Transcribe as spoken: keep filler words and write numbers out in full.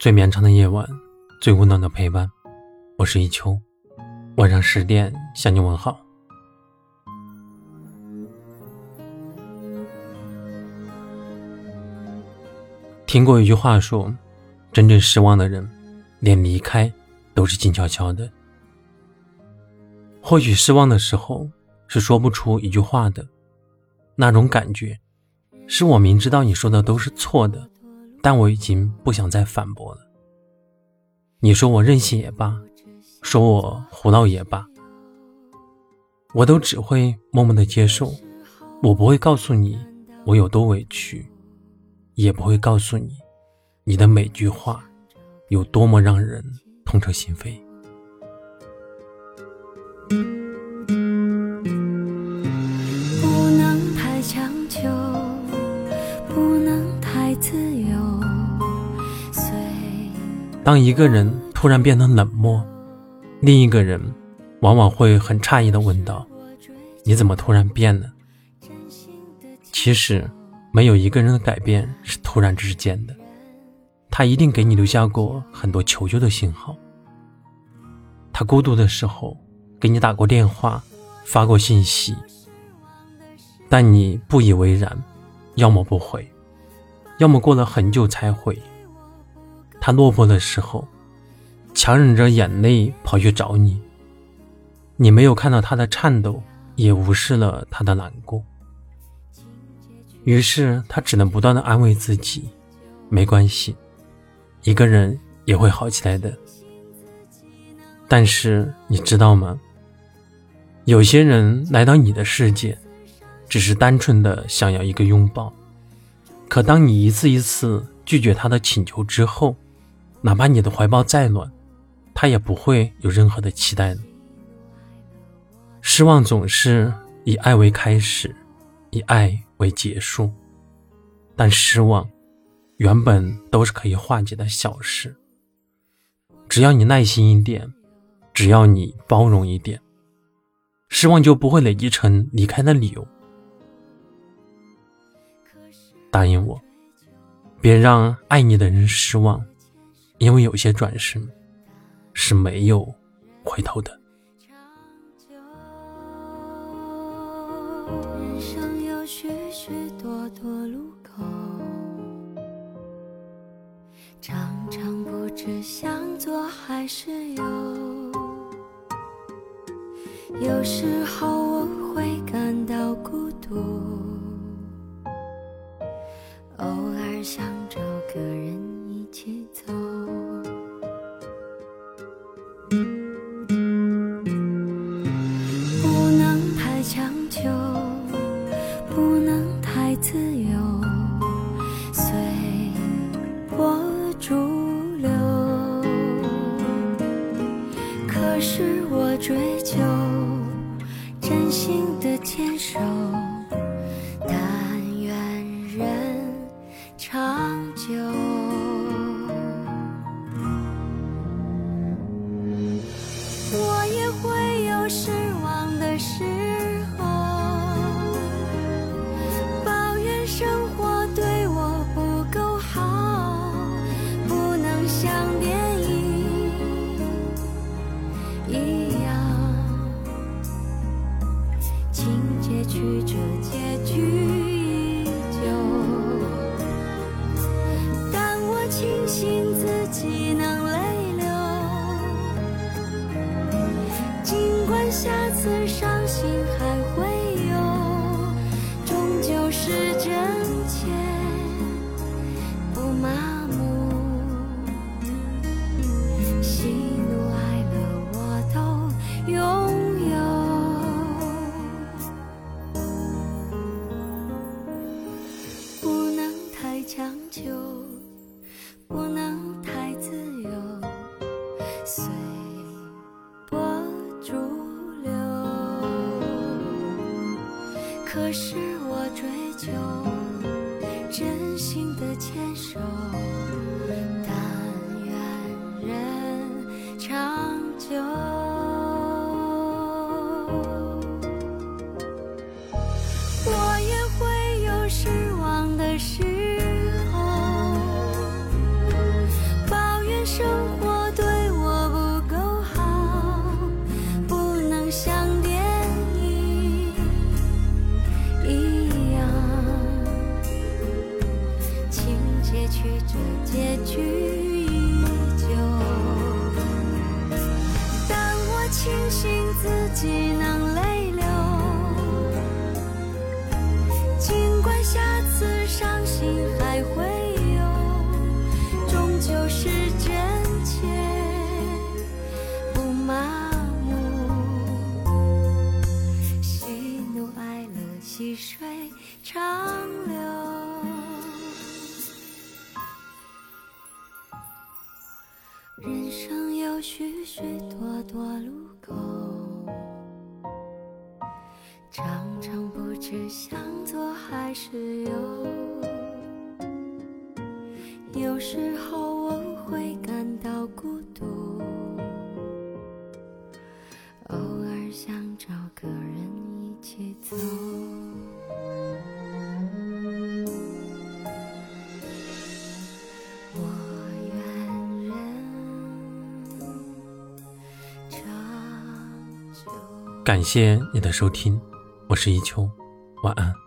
最绵长的夜晚，最温暖的陪伴。我是一秋，晚上十点向你问好。听过一句话说，真正失望的人连离开都是静悄悄的。或许失望的时候是说不出一句话的，那种感觉是我明知道你说的都是错的，但我已经不想再反驳了。你说我任性也罢，说我胡闹也罢，我都只会默默地接受。我不会告诉你我有多委屈，也不会告诉你你的每句话有多么让人痛彻心扉。 不能太强求，不能太自由。 当一个人突然变得冷漠，另一个人往往会很诧异地问道，你怎么突然变了？其实没有一个人的改变是突然之间的，他一定给你留下过很多求救的信号。他孤独的时候给你打过电话，发过信息，但你不以为然，要么不回，要么过了很久才回。他落魄的时候强忍着眼泪跑去找你，你没有看到他的颤抖，也无视了他的难过。于是他只能不断地安慰自己，没关系，一个人也会好起来的。但是你知道吗？有些人来到你的世界，只是单纯的想要一个拥抱，可当你一次一次拒绝他的请求之后，哪怕你的怀抱再暖，他也不会有任何的期待了。失望总是以爱为开始，以爱为结束，但失望原本都是可以化解的小事。只要你耐心一点，只要你包容一点，失望就不会累积成离开的理由。答应我，别让爱你的人失望，因为有些转身是没有回头的。 人生有许许多多路口，常常不知向左还是右。有时候我会感到孤独，偶尔想找个人一起走。不能太强求，不能太自由，随波逐流。可是我追求真心的牵手，但愿人长久。我也会有失望的时候，抱怨生活对我不够好，不能像电影一样，情节曲折，结局依旧。但我庆幸自己能泪流，尽管下次伤心还会有，终究是真切不麻木，喜怒哀乐我都拥有。不能太强求，不能太自由，随波逐流。可是我追求真心的牵手，但愿人长久。我也会有失望的时候，抱庆幸自己能泪流，尽管下次伤心还会有，终究是真切不麻木，喜怒哀乐细水长流。人生有许许多多路口，常常不知向左还是右，有时候我会感到孤独，偶尔想找个人一起走。 感谢你的收听，我是一秋，晚安。